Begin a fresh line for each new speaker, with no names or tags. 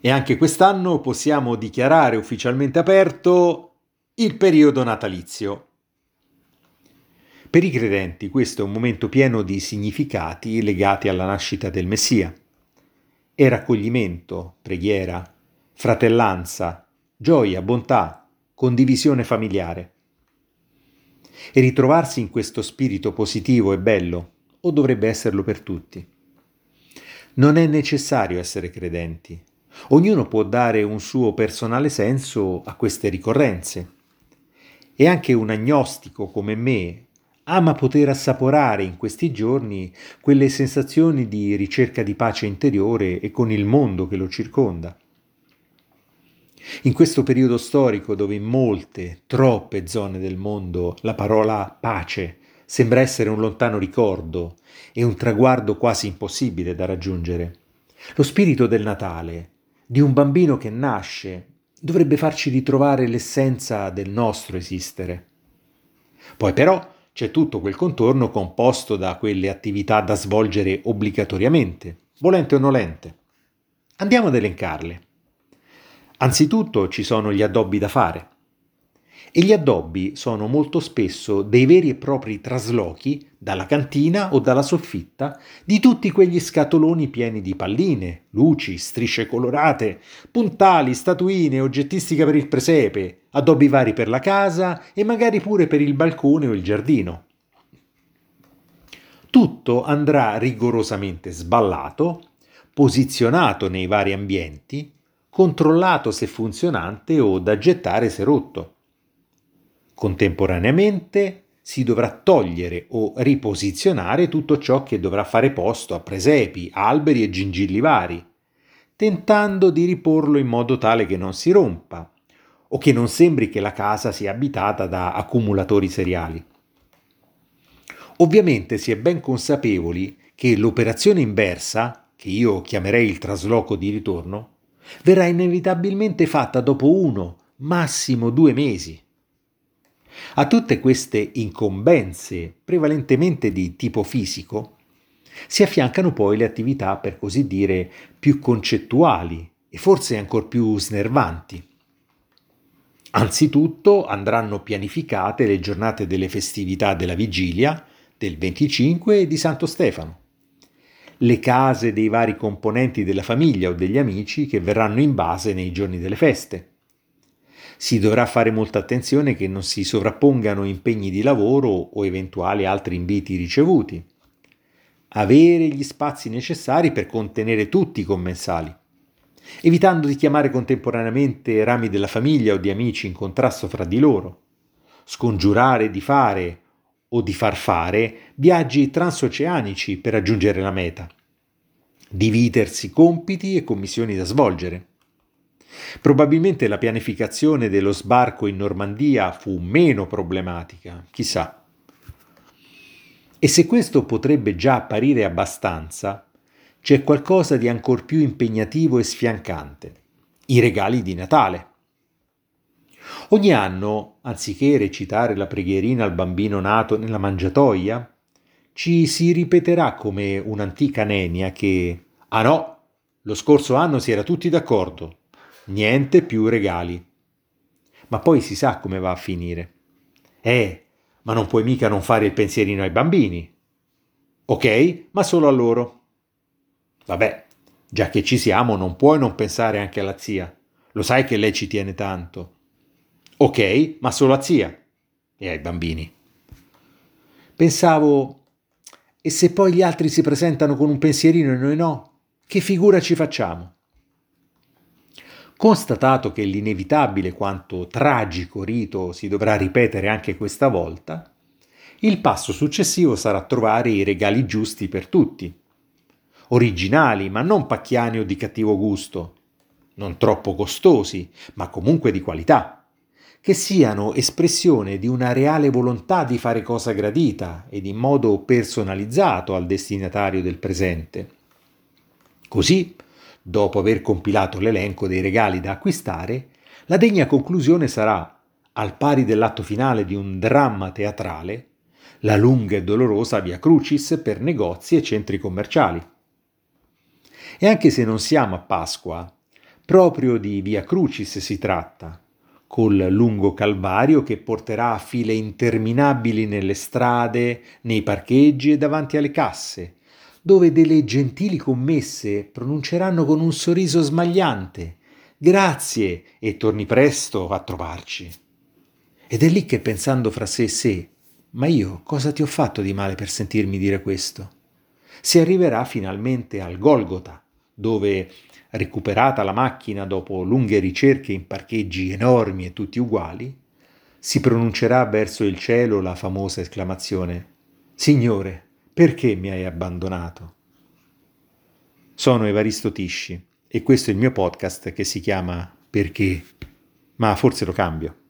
E anche quest'anno possiamo dichiarare ufficialmente aperto il periodo natalizio. Per i credenti questo è un momento pieno di significati legati alla nascita del Messia. È raccoglimento, preghiera, fratellanza, gioia, bontà, condivisione familiare. E ritrovarsi in questo spirito positivo è bello, o dovrebbe esserlo per tutti. Non è necessario essere credenti. Ognuno può dare un suo personale senso a queste ricorrenze. E anche un agnostico come me ama poter assaporare in questi giorni quelle sensazioni di ricerca di pace interiore e con il mondo che lo circonda. In questo periodo storico dove in molte, troppe zone del mondo la parola pace sembra essere un lontano ricordo e un traguardo quasi impossibile da raggiungere, lo spirito del Natale, di un bambino che nasce, dovrebbe farci ritrovare l'essenza del nostro esistere. Poi però c'è tutto quel contorno composto da quelle attività da svolgere obbligatoriamente, volente o nolente. Andiamo ad elencarle. Anzitutto ci sono gli addobbi da fare. E gli addobbi sono molto spesso dei veri e propri traslochi dalla cantina o dalla soffitta di tutti quegli scatoloni pieni di palline, luci, strisce colorate, puntali, statuine, oggettistica per il presepe, addobbi vari per la casa e magari pure per il balcone o il giardino. Tutto andrà rigorosamente sballato, posizionato nei vari ambienti, controllato se funzionante o da gettare se rotto. Contemporaneamente si dovrà togliere o riposizionare tutto ciò che dovrà fare posto a presepi, alberi e gingilli vari, tentando di riporlo in modo tale che non si rompa o che non sembri che la casa sia abitata da accumulatori seriali. Ovviamente si è ben consapevoli che l'operazione inversa, che io chiamerei il trasloco di ritorno, verrà inevitabilmente fatta dopo 1, massimo 2 mesi. A tutte queste incombenze, prevalentemente di tipo fisico, si affiancano poi le attività, per così dire, più concettuali e forse ancor più snervanti. Anzitutto andranno pianificate le giornate delle festività della Vigilia, del 25 e di Santo Stefano. Le case dei vari componenti della famiglia o degli amici che verranno in base nei giorni delle feste. Si dovrà fare molta attenzione che non si sovrappongano impegni di lavoro o eventuali altri inviti ricevuti. Avere gli spazi necessari per contenere tutti i commensali, evitando di chiamare contemporaneamente rami della famiglia o di amici in contrasto fra di loro. Scongiurare di fare o di far fare viaggi transoceanici per raggiungere la meta. Dividersi compiti e commissioni da svolgere. Probabilmente la pianificazione dello sbarco in Normandia fu meno problematica, chissà. E se questo potrebbe già apparire abbastanza, c'è qualcosa di ancor più impegnativo e sfiancante: i regali di Natale. Ogni anno, anziché recitare la preghierina al bambino nato nella mangiatoia, ci si ripeterà come un'antica nenia che «Ah no, lo scorso anno si era tutti d'accordo, niente più regali». Ma poi si sa come va a finire. Ma non puoi mica non fare il pensierino ai bambini. Ok, ma solo a loro. Vabbè, già che ci siamo, non puoi non pensare anche alla zia. Lo sai che lei ci tiene tanto. Ok, ma solo a zia. E ai bambini. Pensavo, e se poi gli altri si presentano con un pensierino e noi no? Che figura ci facciamo? Constatato che l'inevitabile quanto tragico rito si dovrà ripetere anche questa volta, il passo successivo sarà trovare i regali giusti per tutti. Originali, ma non pacchiani o di cattivo gusto. Non troppo costosi, ma comunque di qualità. Che siano espressione di una reale volontà di fare cosa gradita ed in modo personalizzato al destinatario del presente. Così, dopo aver compilato l'elenco dei regali da acquistare, la degna conclusione sarà, al pari dell'atto finale di un dramma teatrale, la lunga e dolorosa Via Crucis per negozi e centri commerciali. E anche se non siamo a Pasqua, Proprio di Via Crucis si tratta, col lungo calvario che porterà a file interminabili nelle strade, nei parcheggi e davanti alle casse, dove delle gentili commesse pronunceranno con un sorriso smagliante: grazie e torni presto a trovarci. Ed è lì che, pensando fra sé e sé, ma io cosa ti ho fatto di male per sentirmi dire questo? Si arriverà finalmente al Golgota, dove, recuperata la macchina dopo lunghe ricerche in parcheggi enormi e tutti uguali, si pronuncerà verso il cielo la famosa esclamazione: Signore, perché mi hai abbandonato? Sono Evaristo Tisci e questo è il mio podcast che si chiama Perché? Ma forse lo cambio.